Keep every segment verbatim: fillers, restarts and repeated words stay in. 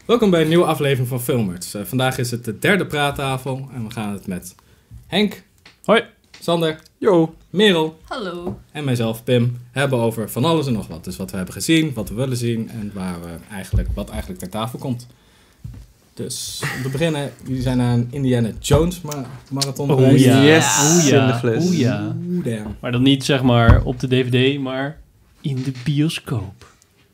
Welkom bij een nieuwe aflevering van Filmers. Uh, vandaag is het de derde praattafel en we gaan het met Henk. Hoi. Sander. Yo. Merel. Hallo. En mijzelf, Pim, hebben over van alles en nog wat. Dus wat we hebben gezien, wat we willen zien en waar we eigenlijk, wat eigenlijk ter tafel komt. Dus om te beginnen, jullie zijn naar een Indiana Jones ma- marathon Oh geweest. ja. Yes. Oeh In de ja. fles. Oeh ja. Oeh, damn. Maar dan niet zeg maar op de D V D, maar in de bioscoop.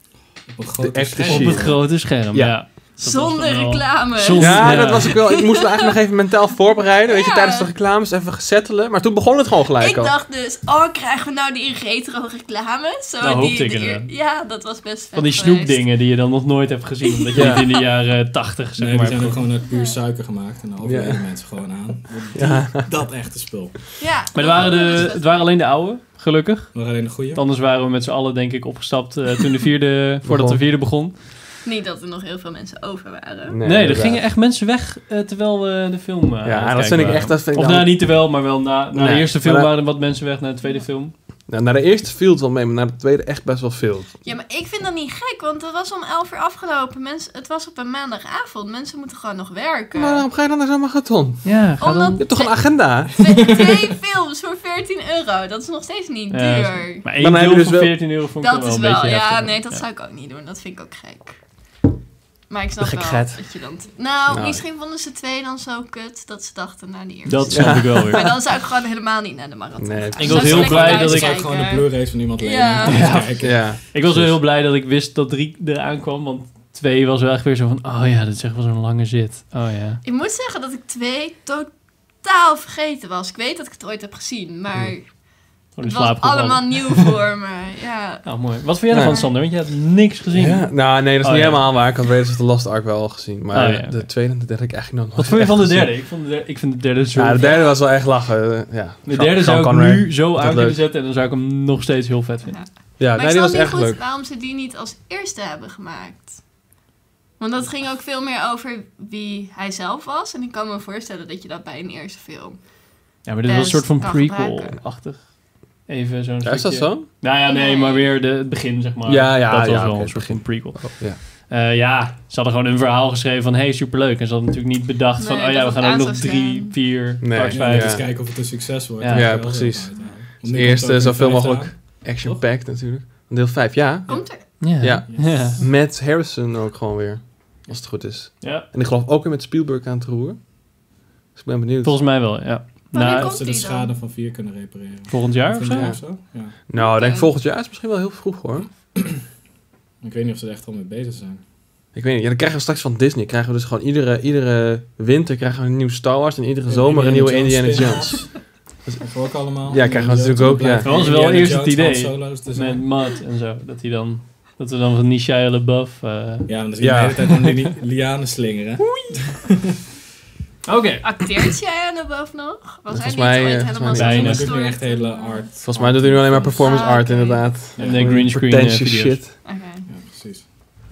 Op een grote De echte scherm. Op het grote scherm, Ja. ja. Dat Zonder was dan wel- reclame. Zonder- Ja, Ja. dat was ik wel. Ik moest me eigenlijk nog even mentaal voorbereiden. Weet je, Ja. tijdens de reclames even settelen. Maar toen begon het gewoon gelijk Ik al. dacht dus, oh, krijgen we nou die retro reclame? Zo, Nou, die, hoopte ik die- inderdaad. Ja, dat was best vet Van die geweest. snoepdingen die je dan nog nooit hebt gezien. Omdat je Ja. niet in de jaren tachtig zeg Nee, maar. die zijn ook hebt- gewoon uit puur suiker gemaakt. En dan overleden Ja. mensen gewoon aan. Ja. Dat echte spul. Ja, Maar dat er waren was de, vet. het waren alleen de oude, gelukkig. Nog alleen de goede. Anders waren we met z'n allen denk ik opgestapt uh, toen de vierde, voordat de vierde begon. Niet dat er nog heel veel mensen over waren. Nee, er inderdaad. gingen echt mensen weg uh, terwijl we de film uh, aan Ja, het dat kijken vind ik waren. echt... Dat vind ik Of nou- nou, niet terwijl, maar wel na, na Nee, de eerste film maar dat- waren er wat mensen weg, na de tweede film. Nou, naar de eerste viel het wel mee, maar naar de tweede echt best wel veel. Ja, maar ik vind dat niet gek, want het was om elf uur afgelopen. Mensen, het was op een maandagavond. Mensen moeten gewoon nog werken. Maar waarom ga je dan naar zo'n marathon? Ja, ga Omdat- Je hebt toch een agenda? Twee, twee films voor veertien euro. Dat is nog steeds niet Ja, duur. Maar één Dan heb je film dus voor wel- veertien euro vond ik Dat wel is een wel, beetje ja, heftig. nee, dat Ja. zou ik ook niet doen. Dat vind ik ook gek. Maar ik snap De wel gekheid. dat je dan... t- Nou, Nou, misschien vonden ze twee dan zo kut dat ze dachten, nou die eerste. Dat snap ik wel weer. Maar dan zou ik gewoon helemaal niet naar de marathon Nee, gaan. ik Dan was zou heel lekker blij thuis dat Ik ik- zou kijken. gewoon de Blu-rays van iemand lenen. Ja. en Ja. kijken. Ja. Ik was wel heel blij dat ik wist dat drie eraan kwam, want twee was wel echt weer zo van, oh ja, dat is echt wel zo'n lange zit. Oh ja. Ik moet zeggen dat ik twee totaal vergeten was. Ik weet dat ik het ooit heb gezien, maar Gewoon in het was slaap gevallen. allemaal nieuw voor me. Ja. Nou, mooi. Wat vind jij ervan, Ja. Sander? Want je hebt niks gezien. Ja, nou, nee, dat is Oh, niet ja. helemaal waar. Ik had Raiders of the Lost Ark wel al gezien. Maar Oh, ja, oké. de tweede en de derde heb ik eigenlijk nog Wat vond je van de echt derde? gezien. Ik, vond de derde, ik vind de derde zo... Ja, de derde was wel echt lachen. eh, Ja. de derde zou ik Sean Connery. nu zo Dat aan kunnen leuk. zetten en dan zou ik hem nog steeds heel vet vinden. Ja, Maar nee, ik die snap was niet echt goed leuk. waarom ze die niet als eerste hebben gemaakt. Want dat ging ook veel meer over wie hij zelf was. En ik kan me voorstellen dat je dat bij een eerste film... Ja, maar dit was een Best soort van kan prequel-achtig. Even zo'n Ja, is dat stukje- zo? Nou ja, nee, Nee. maar weer de, het begin, zeg maar. Ja, ja, dat was ja, wel oké, een soort van prequel. Oh, ja. Eh, ja, ze hadden gewoon een verhaal geschreven van, hey, superleuk. En ze hadden natuurlijk niet bedacht van, Nee, oh ja, we dat het gaan ook aan nog zou drie, staan. vier, Nee, kwart Ja, vijf. eens Ja. kijken of het een succes wordt. Ja. Dat Ja, is wel precies. heel uithalen. Als Nu eerste komt ook zoveel een vijfde mogelijk aan. action-packed natuurlijk. Deel vijf, ja. Komt er? Ja. Ja. Ja. Met Harrison ook gewoon weer. Als het goed is. Ja, En ik geloof ook weer met Spielberg aan het roeren. Dus ik ben benieuwd. volgens mij wel, ja. Wanneer Nou, komt Of ze de die dan? schade van vier kunnen repareren. volgend jaar of Volgend zo? jaar of zo? Ja. Nou, ik denk Oké. volgend jaar is misschien wel heel vroeg hoor. Ik weet niet of ze er echt al mee bezig zijn. Ik weet niet. Ja, dan krijgen we straks van Disney. Krijgen we dus gewoon iedere, iedere winter krijgen we een nieuw Star Wars. En iedere zomer een nieuwe Indiana Jones. Dat krijgen we ook allemaal. Ja, krijgen we natuurlijk ook, ja. Dat was wel Indiana eerst het Jones, idee. Han Solo's te Met zijn. Matt en zo. Dat hij dan, dat we dan van die Shia LaBeouf... eh Ja, dan zie je Ja. de hele tijd aan die lianen slingeren. Oké. Acteert jij aan de boven nog? Was Volgens hij niet mij, ooit eh, helemaal volgens zo mij Bijna. niet. Dat is nu gestoord? echt hele art. Volgens mij doet hij nu alleen maar performance Ah, art oké. inderdaad. En de green screen, Pretentious eh, video's. shit. Oké. Ja, precies.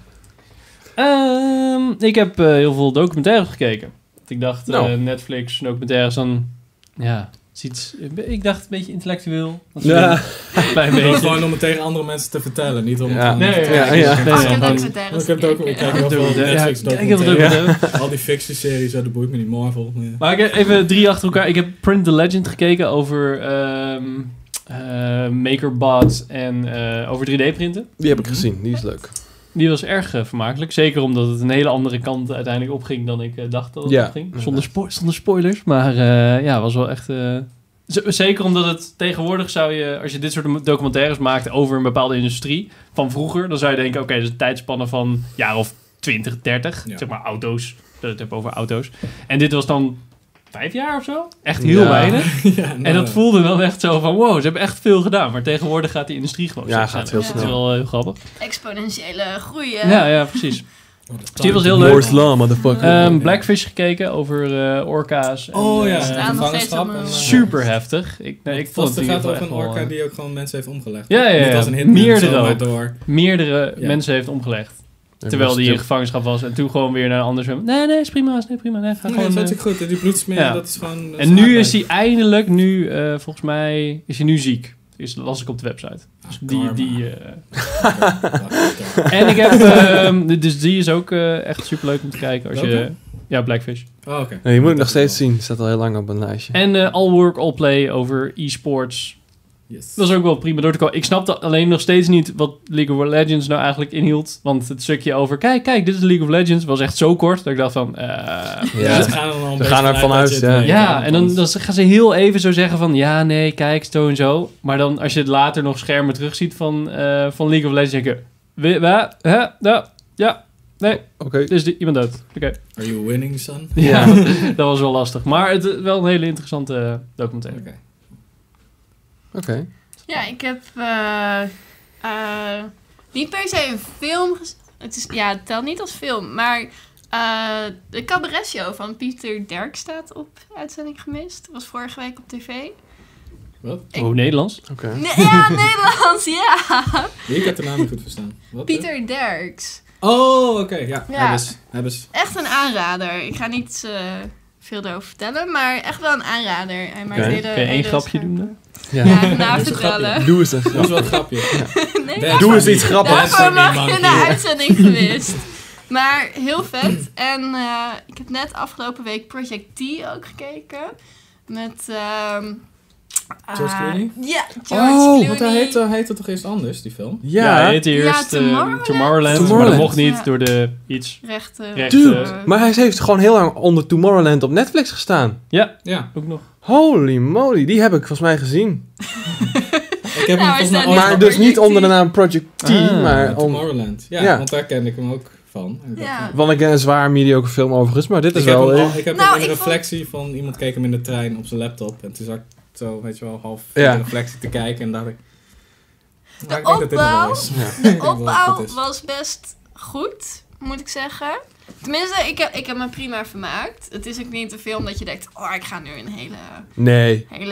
Ehm, ik heb eh, heel veel documentaires gekeken. Ik dacht, eh, Nou. Netflix, documentaires dan... Ja, is iets, ik dacht een beetje intellectueel. Dat is Ja. Een klein Gewoon, beetje. gewoon om het tegen andere mensen te vertellen, niet om het Ja. aan Nee, te ja, kijken. ja, ja. Ik Nee, Als nee, ik gewoon- een documentaire heb het ook, ik kijk heel veel Netflix Ja, ik heb het ook documentaires. gedaan. Al die fictieseries, zo, dat boeit me niet. Marvel. Ja. Maar ik heb even drie achter elkaar. Ik heb Print the Legend gekeken over ehm eh, MakerBot en eh, over drie D printen. Die heb ik gezien. Die is leuk. Die was erg eh, vermakelijk. Zeker omdat het een hele andere kant uiteindelijk opging dan ik eh, dacht dat het Ja, opging. inderdaad. Zonder, spo- zonder spoilers. Maar eh, ja, was wel echt... eh, z- zeker omdat het tegenwoordig zou je... Als je dit soort documentaires maakt over een bepaalde industrie van vroeger... dan zou je denken, oké, dat is een tijdspanne van jaar of twintig, dertig. Ja. Zeg maar auto's. Dat ik het heb over auto's. En dit was dan vijf jaar of zo. Echt heel Ja. weinig. Ja, nou, En dat voelde wel echt zo van, wow, ze hebben echt veel gedaan. Maar tegenwoordig gaat die industrie gewoon Ja, zo gaat snel. heel Dat is snel. wel heel grappig. Exponentiële groei. Ja, ja, precies. oh, de die was heel time. leuk. Moore's Law, motherfucker. Ehm, Blackfish gekeken over eh, orka's. En, Oh ja, eh, staan nog steeds gevangenschap. op en, een- eh, super heftig. Ik, nee, ik vond Vast, het het in gaat ieder over geval een echt orka wel, die ook gewoon mensen heeft omgelegd. Ja, ja, ja. Niet als een hitman, Meerdere zomaar ook. door. meerdere Ja. mensen heeft omgelegd. En Terwijl was die in het- gevangenschap was. En toen gewoon weer naar een ander zwemmen. Nee, nee, is prima. Nee, prima. Nee, ga Nee, gewoon... dat eh, vind ik goed. Die bloedsmeren, ja. dat is gewoon... dat En nu aardbei. is hij eindelijk, nu, eh, volgens mij, is hij nu ziek. Is, las ik op de website. Ah, Dus die... karma. die eh, Oké, wacht, wacht. En ik heb... ehm, dus die is ook eh, echt superleuk om te kijken. Als je, Welke? ja, Blackfish. Oh, oké. Nee, die moet ik Dat nog steeds is wel- zien. Staat al heel lang op een lijstje. En eh, All Work, All Play over e-sports. Yes. Dat is ook wel prima door te komen. Ik snapte alleen nog steeds niet wat League of Legends nou eigenlijk inhield. Want het stukje over, kijk, kijk, dit is League of Legends, was echt zo kort. Dat ik dacht van, eh, Ja. Ja, ze gaan er al een Ze beetje gaan er vanuit, dat je het ja. weet, ja, en dan, want- dan gaan ze heel even zo zeggen van, ja, nee, kijk, zo en zo. Maar dan als je het later nog schermen terugziet van, eh, van League of Legends, denk je, "Wie- wa- hè, ja, ja, nee, Oké. dus die, iemand dood. Oké. Are you winning, son? Ja, dat was wel lastig. Maar het is wel een hele interessante eh, documentaire. Oké. Oké. Ja, ik heb eh, eh, niet per se een film gezien. Het is, ja, het telt niet als film, maar eh, de Cabaret Show van Pieter Derk staat op uitzending gemist. Dat was vorige week op tv. Wat? Ik- Oh, Nederlands? Oké. Nee, ja, Nederlands, ja. Ik heb de naam niet goed verstaan. Wat? Pieter Derks. Oh, oké. Ja, Ja. hebben ze. Hebben ze. Echt een aanrader. Ik ga niet eh, veel erover vertellen, maar echt wel een aanrader. Hij maakt Oké. hele, Kun je één hele grapje scherpe- doen dan? Ja. Ja, Doe na eens een vertellen. Doe eens een Dat is wel een grapje. Nee, That's Doe eens funny. iets grappigs. That's daarvoor funny, mag je monkey. naar uitzending geweest. Maar heel vet. En eh, ik heb net afgelopen week Project T ook gekeken. Met... ehm George ah, Clooney? Ja, George Oh, Clooney. want hij heette, heette toch eerst anders, die film? Ja, Ja. hij heette Ja, eerst eh, Tomorrowland. Tomorrowland, maar dat Tomorrowland. mocht niet Ja. door de iets. Rechten. Recht, Dude, eh, maar hij heeft gewoon heel lang onder Tomorrowland op Netflix gestaan. Ja, Ja. ook nog. Holy moly, die heb ik volgens mij gezien. Ik heb Nou, hem hij volgens mij staat ooit niet Maar op dus niet Project onder de T. naam Project T, Ah, maar op om... Tomorrowland. Ja, Ja. want daar ken ik hem ook van. En ik dacht Ja. van- Want ik ken een zwaar mediocre film overigens, maar dit is Ik heb, wel... hem eh, al, ik heb Nou, hem in ik een vond- reflectie van iemand keek hem in de trein op zijn laptop. En toen zat ik zo, weet je wel, half Ja. in de reflectie te kijken en dacht ik... nou, ik denk dat dit er wel opbouw- is. Ja. De Ik denk wel dat opbouw het is. was best goed, moet ik zeggen. Tenminste, ik heb, ik heb me prima vermaakt. Het is ook niet een film dat je denkt... oh, ik ga nu een hele, Nee. hele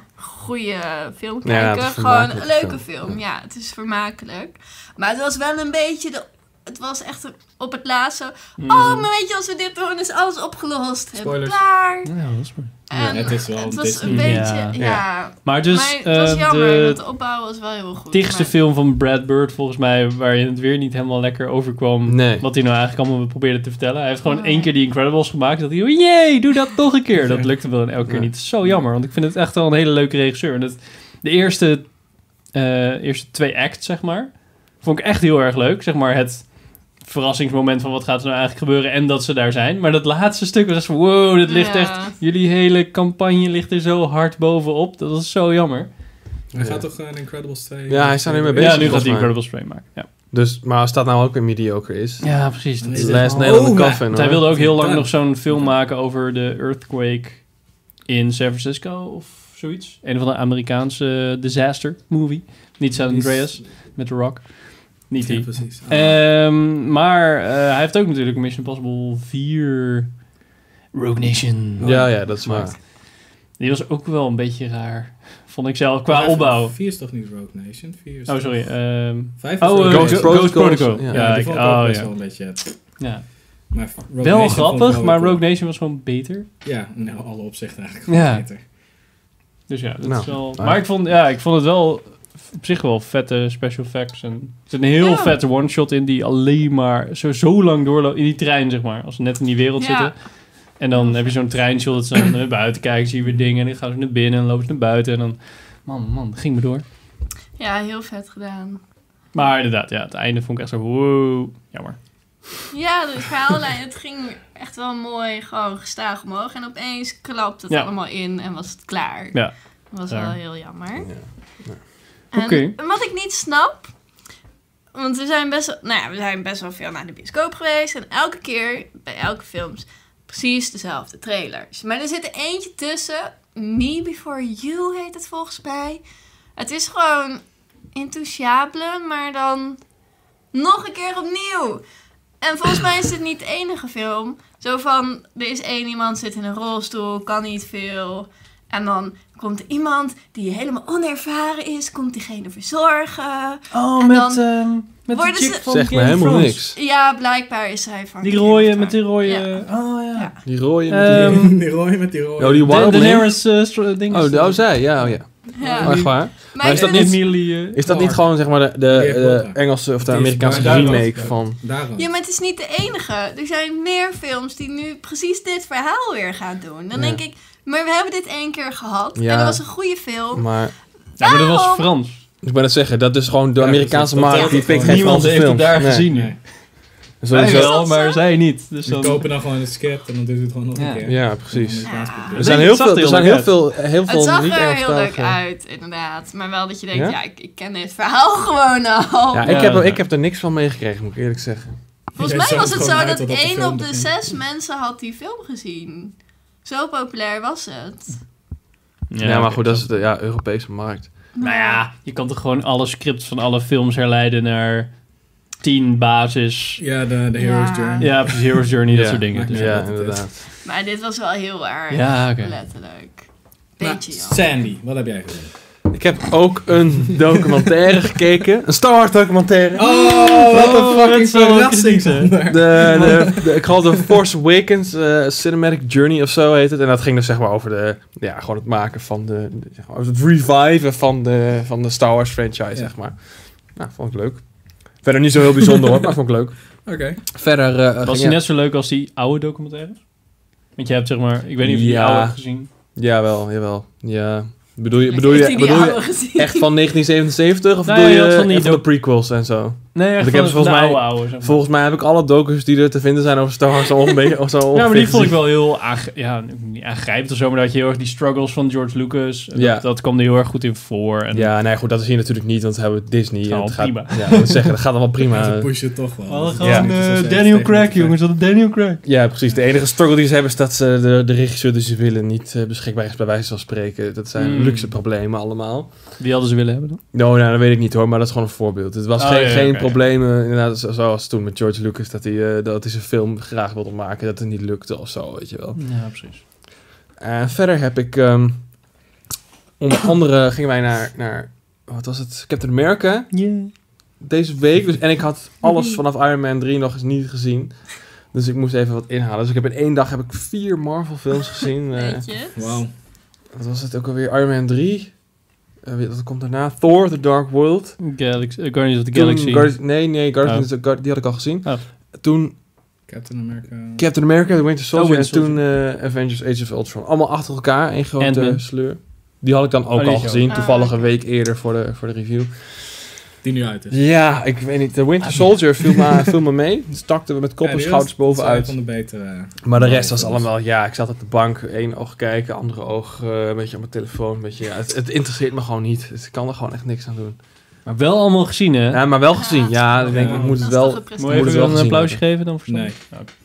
goede film Ja, het kijken. is Gewoon een vermakelijke leuke film, film. ja. Ja. het is vermakelijk. Maar het was wel een beetje... De, het was echt op het laatste... Mm. oh, maar weet je, als we dit doen, is alles opgelost. Het Spoilers. klaar. Ja, dat is mooi. En het is wel het een was Disney. een beetje... Ja. Ja, Ja. Maar dus maar het was eh, jammer, de want de opbouw was wel heel goed. tigste maar- film van Brad Bird, volgens mij, waarin het weer niet helemaal lekker overkwam. Nee. Wat hij nou eigenlijk allemaal probeerde te vertellen. Hij heeft gewoon Oh. één keer die Incredibles gemaakt. Dat hij, oh jee, doe dat nog een keer. Dat lukte wel en elke keer Ja. niet. Zo jammer, want ik vind het echt wel een hele leuke regisseur. En het, de eerste, eh, eerste twee acts, zeg maar, vond ik echt heel erg leuk. Zeg maar het verrassingsmoment van wat gaat er nou eigenlijk gebeuren en dat ze daar zijn. Maar dat laatste stuk was echt van, wow, dit ligt Ja. echt, jullie hele campagne ligt er zo hard bovenop. Dat was zo jammer. Hij Ja. gaat toch een Incredibles twee... Ja, hij is daar nu mee bezig. Ja, nu gaat volgens hij mij. Incredibles twee maken. Ja, Dus, maar als dat nou ook een mediocre is... ja precies. Dat Nee, is dat- Last Oh, nail in the maar- coffin, Want hij hoor. wilde ook heel lang Ja. nog zo'n film Ja. maken over de earthquake in San Francisco of zoiets. Een van de Amerikaanse disaster movie. Niet San Die is- Andreas met The Rock. Niet Ja, die. precies. Ah. Ehm, maar eh, hij heeft ook natuurlijk Mission Impossible vier Rogue Nation. Ja, ja, dat is waar. gemaakt. Die was ook wel een beetje raar, vond ik zelf, qua Maar opbouw. vier is toch niet Rogue Nation? vier is Oh, toch- sorry. ehm, Vijf is oh, Rogue eh, Ghost Nation. Ghost, Protocol. Protocol. Ja, Ja, Ja, die ik, vond ik ook oh, best ja. wel een beetje... ja. Maar Rogue Wel Nation vond ik grappig, wel maar cool. Rogue Nation was gewoon beter. Ja, in alle opzichten eigenlijk Ja. gewoon beter. Dus ja, dat Nou, is wel... maar- Maar ik vond, ja, ik vond het wel op zich wel vette special effects. En er zit een heel Ja. vette one-shot in die alleen maar zo, zo lang doorloopt. In die trein, zeg maar. Als ze net in die wereld Ja. zitten. En dan heb je zo'n treinshot dat ze dan naar buiten kijken. Zie je weer dingen. En dan gaan ze naar binnen en lopen ze naar buiten. En dan... Man, man, dat ging me door. Ja, heel vet gedaan. Maar inderdaad, ja, het einde vond ik echt zo... Wow, jammer. Ja, de verhaallijn, het ging echt wel mooi, gewoon gestaag omhoog. En opeens klapt het Ja. allemaal in en was het klaar. Ja. Dat was Klaar. wel heel jammer. Ja. En Oké. wat ik niet snap, want we zijn best wel, nou ja, we zijn best wel veel naar de bioscoop geweest. En elke keer, bij elke film, precies dezelfde trailers. Maar er zit er eentje tussen, Me Before You heet het volgens mij. Het is gewoon Intouchable, maar dan nog een keer opnieuw. En volgens mij is dit niet de enige film. Zo van, er is één iemand zit in een rolstoel, kan niet veel. En dan komt er iemand die helemaal onervaren is, komt diegene verzorgen. Oh, En met, dan ehm, met worden die chick ze- van Zegt me Game of helemaal Thrones. niks. Ja, blijkbaar is hij van... Die Game rode, of met die rode... Ja. Oh ja. Die rode met die... Ehm, die rooie met die rooie. Oh, die De Wildling? Daenerys uh, stro- ding. Oh, oh, zij. Ja, oh, ja. Ja. Oh, echt waar? Maar, is ik dat vind niet- het- Emily... eh, Is dat niet Clark. gewoon zeg maar de, de, Ja, de klopt. Engelse of de Het is Amerikaanse maar daarom- remake van... Daarom. Ja, maar het is niet de enige. Er zijn meer films die nu precies dit verhaal weer gaan doen. Dan Ja. denk ik, maar we hebben dit één keer gehad. Ja. En dat was een goede film. Maar Ja, maar dat was Waarom? Frans. ik ben het zeggen, dat is gewoon de Ja, Amerikaanse precies. Dat markt die telt pikt gewoon. geen Niemand Franse heeft het films. daar Nee. gezien. Nee. Wij Sowieso. wel, dat maar zo? zij niet. Dus Die dan... kopen dan gewoon een script en dan doen ze het gewoon nog Ja. een keer. Ja, precies. Amerikaans Ja. publiek. Er zijn Nee, heel het zag veel, er er heel zijn leuk heel veel, heel veel Het zag niet er heel leuk Engelstalige- uit, inderdaad. Maar wel dat je denkt, Ja? ja, ik, ik ken dit verhaal gewoon al. Ja, Ja, ik, heb, ja. ik heb er niks van meegekregen, moet ik eerlijk zeggen. Volgens Jij mij zag was het het gewoon zo uit dat totdat de één film op de begint. zes mensen had die film gezien. Zo populair was het. Ja, maar oké, goed, dat is snap de ja, Europese markt. Nou ja, je kan toch gewoon alle scripts van alle films herleiden naar tien basis. Ja, de, de Hero's Ja. Journey. Ja, precies, Hero's Journey, dat Ja. soort dingen. Maakt Dus niet Ja, uit wat het is. inderdaad. Maar dit was wel heel erg Ja, oké. letterlijk. Maar Beetje ja. Sandy, wat heb jij gezien? Ik heb ook een documentaire gekeken. Een Star Wars documentaire. Oh, wat een Oh, fucking dat is wel verrassing. kritiek, hè? De, de, de, ik geloof de Force Awakens eh, Cinematic Journey of zo heet het. En dat ging dus zeg maar over de, ja, gewoon het maken van de, de- zeg maar, het reviven van de, van de Star Wars franchise, Ja. zeg maar. Nou, vond ik leuk. Verder niet zo heel bijzonder hoor, maar vond ik leuk. Oké. Verder eh, Was ging- die net zo leuk als die oude documentaires? Want je hebt zeg maar, ik weet niet of je die Ja. oude hebt gezien. Jawel, jawel. Ja. Bedoel je, Ik bedoel heeft je, hij die bedoel je oude gezien? echt van negentien zevenenzeventig? Of Nee, bedoel je je had van die echt van de doc- prequels en zo? Nee, echt ik van heb de, ze volgens de mij- oude oude. Zeg maar. Volgens mij heb ik alle docus die er te vinden zijn over Star Wars al een beetje... Of zo Ja, maar die ongeveer vond ik gezien. wel heel aange- ja, niet aangrijpend of zo, maar dat je heel erg die struggles van George Lucas, Ja. dat, dat kwam er heel erg goed in voor. En Ja, nee, goed, dat is hier natuurlijk niet, want we hebben Disney. Het en gaat het wel gaat, prima. Ja, ik moet zeggen, dat gaat allemaal prima. Ze pushen toch wel. We hadden Dat Ja. gewoon is eh, niet zo Daniel steeds Craig, tegen jongens. Dat is Daniel Craig. Ja, precies. De enige struggle die ze hebben is dat ze de, de regisseur die ze willen niet eh, beschikbaar is, bij wijze van spreken. Dat zijn Hmm. luxe problemen allemaal. Wie hadden ze willen hebben dan? Nou, nou, dat weet ik niet hoor, maar dat is gewoon een voorbeeld. Het was Oh, geen, ja, ja, geen oké. problemen, inderdaad, zo- zoals toen met George Lucas, dat hij, eh, dat hij zijn film graag wilde maken, dat het niet lukte of zo, weet je wel. Ja, precies. En verder heb ik, ehm, onder andere gingen wij naar, naar, wat was het, Captain America deze week. Dus, en ik had alles vanaf Iron Man drie nog eens niet gezien. Dus ik moest even wat inhalen. Dus ik heb in één dag heb ik vier Marvel films gezien. eh, Weet je het? Wauw. wat was het ook alweer? Iron Man drie. Eh, wie- dat komt daarna. Thor, The Dark World. Galaxy, uh, Guardians of the Toen Galaxy. Guardi- nee, nee, Guardians of the Gar- die had ik al gezien. Oh. Toen Captain America. Captain America, The Winter Soldier. Oh, Winter en toen eh, Avengers Age of Ultron. Allemaal achter elkaar. Één grote Ant-Man. sleur. Die had ik dan ook die al is ook. gezien. Ah, Toevallig oké. een week eerder voor de, voor de review. Die nu uit is. Ja, ik weet niet. The Winter Soldier viel me, viel me mee. Stakten we met kop en schouders bovenuit. Van de betere. Maar de rest was Marvel allemaal, ja, ik zat op de bank, één oog kijken, andere oog eh, een beetje op mijn telefoon. Een beetje, ja, het, het interesseert me gewoon niet. Dus ik kan er gewoon echt niks aan doen. Maar wel allemaal gezien, hè? Ja, maar wel gezien. Ja, ik denk, Ja. ik moet het Dat is toch wel... een Moet prestatie. je moet het even wel een gezien applausje hebben. geven dan? Voor Nee.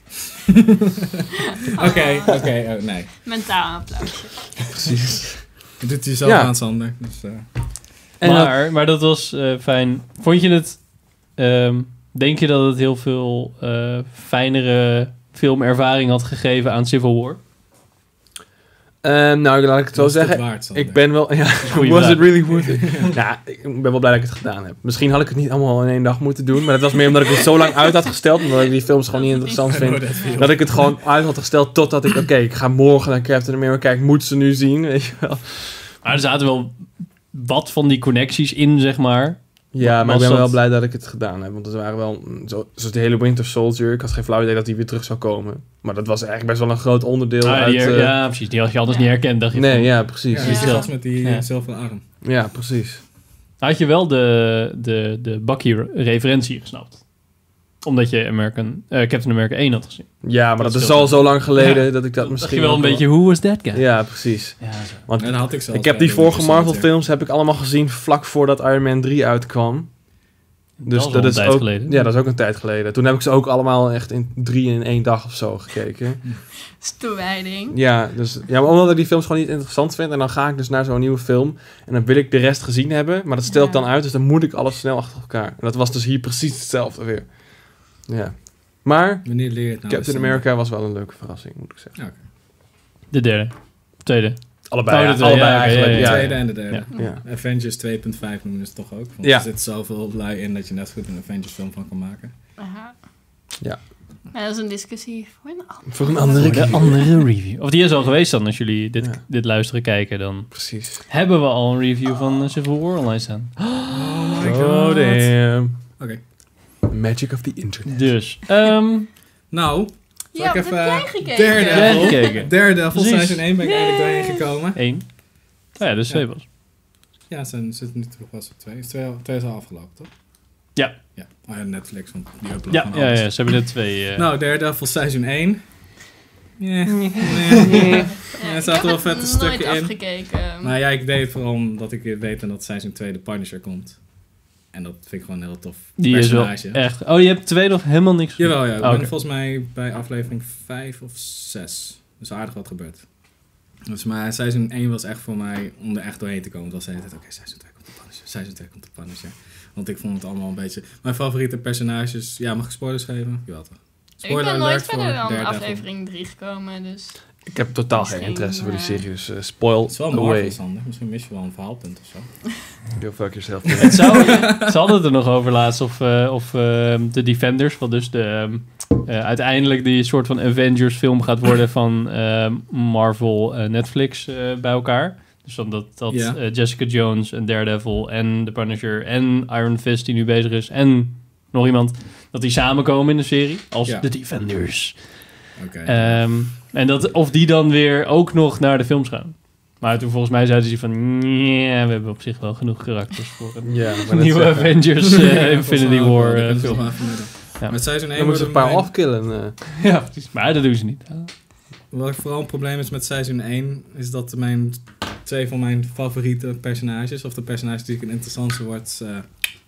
Oké. Oké, oké, oh, nee. Mentaal applausje. Precies. Je doet jezelf Ja. aan, Sander. Dus, eh, En dat- maar, maar dat was eh, fijn. Vond je het... ehm, denk je dat het heel veel eh, fijnere filmervaring had gegeven aan Civil War? Ehm, nou, laat ik het zo was het zeggen. waard, Sander? Ik ben wel... Ja, Goeie was vraag. it really worth it? Nou, ik ben wel blij dat ik het gedaan heb. Misschien had ik het niet allemaal in één dag moeten doen. Maar dat was meer omdat ik het zo lang uit had gesteld. Omdat ik die films gewoon niet interessant vind. Oh, dat viel. Dat ik het gewoon uit had gesteld totdat ik... Oké, ik ga morgen naar Captain America. Ik moet ze nu zien, weet je wel. Maar er zaten wel wat van die connecties in, zeg maar. Ja, maar ik Was ben wel dat- blij dat ik het gedaan heb. Want er waren wel... mm, Zo, zoals de hele Winter Soldier. Ik had geen flauw idee dat die weer terug zou komen. Maar dat was eigenlijk best wel een groot onderdeel Ah, uit... die her- eh, ja, precies. Die had je anders Ja. niet herkend, dacht je. nee, van. ja, precies. Ja, Ja, die Ja. gast met die Ja. zilveren arm. precies. Had je wel de, de, de Bucky-referentie gesnapt? Omdat je American, eh, Captain America één had gezien. Ja, maar Dat dat, is is heel al zo lang geleden Ja. dat ik dat Dacht misschien... je wel een ook beetje, who was that guy? Ja, precies. Ja, zo. Want En dan had ik zelf ik heb die bij vorige Winter Marvel Soldier. films heb ik allemaal gezien vlak voordat Iron Man drie uitkwam. Dus al dat een is tijd ook, geleden. Ja, dat is ook een tijd geleden. Toen heb ik ze ook allemaal echt in drie in één dag of zo gekeken. Stoewijding. Ja, dus, ja, maar omdat ik die films gewoon niet interessant vind. En dan ga ik dus naar zo'n nieuwe film. En dan wil ik de rest gezien hebben. Maar dat stel ik Ja. dan uit. Dus dan moet ik alles snel achter elkaar. En dat was dus hier precies hetzelfde weer. Ja. Maar Wanneer leer je het nou? Captain Sander? America was wel een leuke verrassing, moet ik zeggen. Ja, oké. De derde. Tweede. Allebei, Oh, ja, de tweede, allebei ja, oké, eigenlijk. De ja, Ja, tweede ja. en de derde. Ja. Ja. Avengers twee punt vijf noemen ze het toch ook? Want Ja. er zit zoveel lui in dat je net goed een Avengers film van kan maken. Aha. Ja, dat is een discussie voor een ander. Voor een andere De keer. andere review. Of die is al geweest dan, als jullie dit, Ja. dit luisteren kijken. Dan Precies. hebben we al een review van uh, Civil War online staan. Oh my Oh, damn. Oké. Magic of the internet. Dus, ehm Nou, zal Ja, ik wat even... heb jij gekeken? Jij hebt Daredevil. gekeken. Daredevil Precies. seizoen één ben ik eindelijk doorheen gekomen. één. Oh ja, dus twee was. Ja, ze zijn- zitten nu terug pas op twee. Is twee, al- twee is al afgelopen, toch? Ja. Ja, oh ja Netflix, want die upload Ja, van ja, alles. ja, ze hebben er twee. eh Nou, Daredevil seizoen één. Ja, nee. Ja, er ik staat heb wel het een vette stukken nooit in. afgekeken. Nou ja, ik deed het vooral omdat ik weet dat seizoen twee de Punisher komt. En dat vind ik gewoon een heel tof die is wel personage. echt... Oh, je hebt twee nog helemaal niks gezien? Jawel, ja. Ik Oh, ben oké. volgens mij bij aflevering vijf of zes. Dus aardig wat gebeurd. Dus maar seizoen één was echt voor mij om er echt doorheen te komen. Het was de hele tijd, oké, okay, seizoen twee komt de Punisher. Seizoen twee komt de Punisher. Want ik vond het allemaal een beetje... Mijn favoriete personages... Ja, mag ik spoilers geven? Jawel toch? Ik ben nooit alert verder voor dan Daredevil. aflevering drie gekomen, dus... Ik heb totaal geen Misschien, interesse voor die eh, serie, dus uh, spoil Het is wel away. Marvel, Sander. Misschien mis je wel een verhaalpunt of zo. Go fuck yourself. Het zou, ze hadden het er nog over laatst of, uh, of uh, de Defenders, wat dus de, um, uh, uiteindelijk die soort van Avengers film gaat worden van uh, Marvel uh, Netflix uh, bij elkaar. Dus dan dat, dat Ja. uh, Jessica Jones en Daredevil en The Punisher en Iron Fist die nu bezig is en nog iemand, dat die samenkomen in de serie als Ja. de Defenders. Oké. Um, en dat, of die dan weer ook nog naar de films gaan. Maar toen volgens mij zeiden ze van... Nee, we hebben op zich wel genoeg karakters voor een Ja, maar dat nieuwe zeggen. Avengers uh, Ja, Infinity volgens mij War wel, uh, dat kunnen ze film. wel even doen. Ja. Met seizoen één Dan moeten ze een paar worden afkillen. eh. Ja, precies. Maar dat doen ze niet. Wat vooral een probleem is met seizoen één, is dat mijn, twee van mijn favoriete personages, of de personages die ik het interessantste wordt, uh,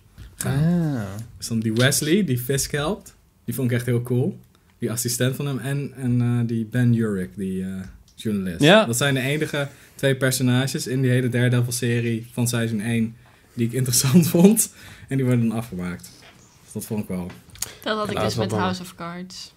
gaan. Ah. Dus dan die Wesley, die Fisk helpt. Die vond ik echt heel cool. Die assistent van hem. En, en uh, die Ben Urich, die uh, journalist. Ja. Dat zijn de enige twee personages in die hele Daredevil-serie van seizoen één die ik interessant vond. En die worden dan afgemaakt. Dus dat vond ik wel. Dat had ik Ja, dus dat met is wel House of Cards.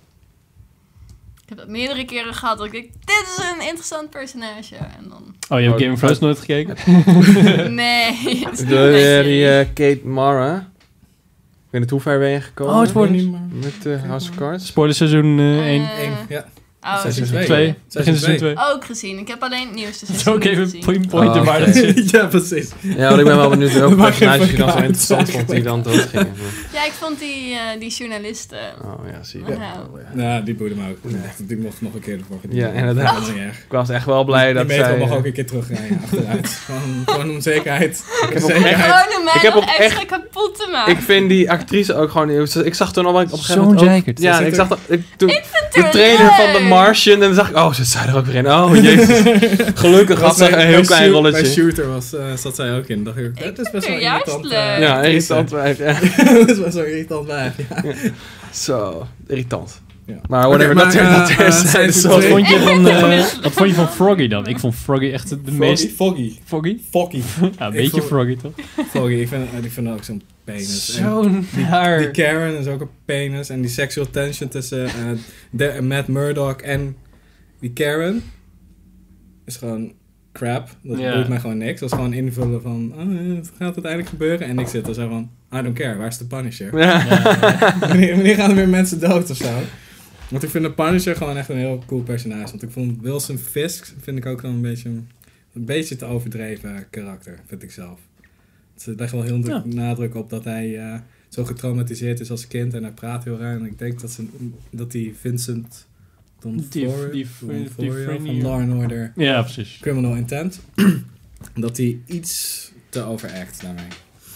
Ik heb dat meerdere keren gehad dat ik denk, dit is een interessant personage. En dan... Oh, je hebt Oh, Game of Thrones nooit gekeken? Nee. het is niet De, mijn eh, die serie. eh, Kate Mara. Ik weet niet hoe ver ben je gekomen Oh, het wordt- niet meer. met uh, House of Cards. Spoiler seizoen Eh, één. Eén, ja. Oh, Seizoen seizoen twee. twee. Begin seizoen twee. Ook gezien. Ik heb alleen het nieuwste Dat is seizoen ook even gezien. pinpointen Oh, waar oké. dat zit. ja, precies. Ja, want ik ben wel benieuwd welke Mag je personages je dan zo even interessant kaart vond die dan doodgingen. Ja, ik vond die, uh, die journalisten... Oh ja, zie je. Ja. Oh, ja. Nou, die boeide me ook. Ja. Echt, die mocht nog een keer ervoor gediend. Ja, inderdaad. Dat is niet erg. Ik was echt wel blij dat die metro zij... mag eh, ook een keer terugrijden achteruit. gewoon, gewoon om zekerheid. heb ook zekerheid. Gewoon om mij Ik heb nog ook extra echt- kapot te maken. Ik vind die actrice ook gewoon... Ik zag toen al op een gegeven Zo'n moment ook... zeikert. Ja, Ze ik zit zag dat... Ik, toen, er de trailer van The leuk. Martian en dan zag ik... Oh, zit zij er ook weer in. Oh, jezus. Gelukkig had ze bij- een heel bij klein Shoot- rolletje. Bij Shooter was, uh, zat zij ook in. Dacht ik, dat is best vind wel haar juist irritant. leuk. eh, Ja, actrice. irritant wijf. Ja. dat is best wel irritant wijf, ja. Zo, irritant. Ja. Maar whatever, Oké, dat maar, er uh, dat er uh, zijn. seizoen Wat twee. vond je van, Ja. eh, wat vond je van Froggy dan? Ik vond Froggy echt de Foggy, meest... Foggy. Foggy? Foggy. Ja, een Ik beetje vond- Froggy toch? Foggy. Ik vind, ik vind ook zo'n penis. En Zo'n Die haar. Karen is ook een penis. En die sexual tension tussen uh, de, Matt Murdock en die Karen is gewoon crap. Dat Ja. boeit mij gewoon niks. Dat is gewoon invullen van, oh, het gaat uiteindelijk gebeuren. En ik zit er zo van, I don't care, waar is de Punisher? Ja. wanneer, wanneer gaan er weer mensen dood of zo? Want ik vind de Punisher gewoon echt een heel cool personage. Want ik vond Wilson Fisk, vind ik ook wel een beetje een, een beetje te overdreven karakter, vind ik zelf. Ze leggen wel heel Ja. druk nadruk op dat hij uh, zo getraumatiseerd is als kind en hij praat heel ruim. En ik denk dat, ze, dat die Vincent D'Onofrio Die- die- die van die- Law and Order Ja, precies. Criminal Intent, dat hij iets te overact daarmee.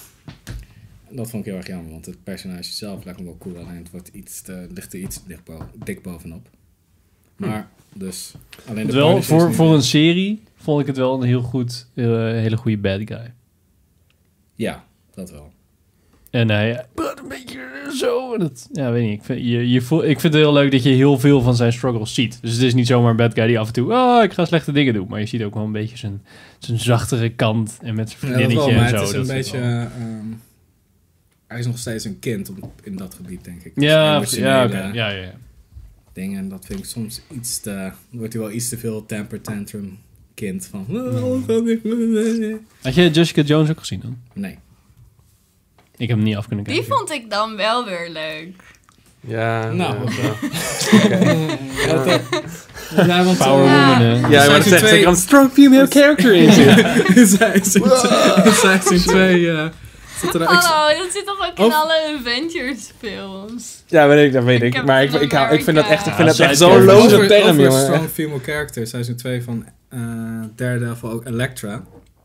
Dat vond ik heel erg jammer, want het personage zelf lijkt me wel cool, alleen het wordt iets te, ligt er iets dik, bo- dik bovenop. Maar, dus, alleen de Wel, Punisher is voor, nu- voor een serie vond ik het wel een heel goed, uh, hele goede bad guy. Ja, dat wel. En hij praat een beetje zo. En het, ja, weet niet. Ik vind, je, je voel, ik vind het heel leuk dat je heel veel van zijn struggles ziet. Dus het is niet zomaar een bad guy die af en toe... Oh, ik ga slechte dingen doen. Maar je ziet ook wel een beetje zijn, zijn zachtere kant. En met zijn Ja, dat vriendinnetje wel, maar en het zo. is een dat beetje... wel- ehm, hij is nog steeds een kind op, in dat gebied, denk ik. Ja, Dus ja, oké. emotionele Ja, ja, ja. dingen. En dat vind ik soms iets te... Dan wordt hij wel iets te veel temper tantrum kind van... Had je Jessica Jones ook gezien dan? Nee. Ik heb hem niet af kunnen kijken. Die vond ik dan wel weer leuk. Ja, Nou, ja, oké. ja. Wat, eh, ja, want... Power eh, woman, hè? Ja, maar dat Seizoen zegt twee- er een strong female character in zit. in seizoen in seizoen twee eh, zit er... ik- Hallo, dat zit toch ook in Of- alle Avengers films? Ja, weet ik, dat weet ik. Captain Maar ik, ik, hou, ik vind dat echt, ik vind Ja, dat echt side zo'n characters. loze over, term, over jongen. strong female character, seizoen twee van uh, Daredevil, ook Elektra.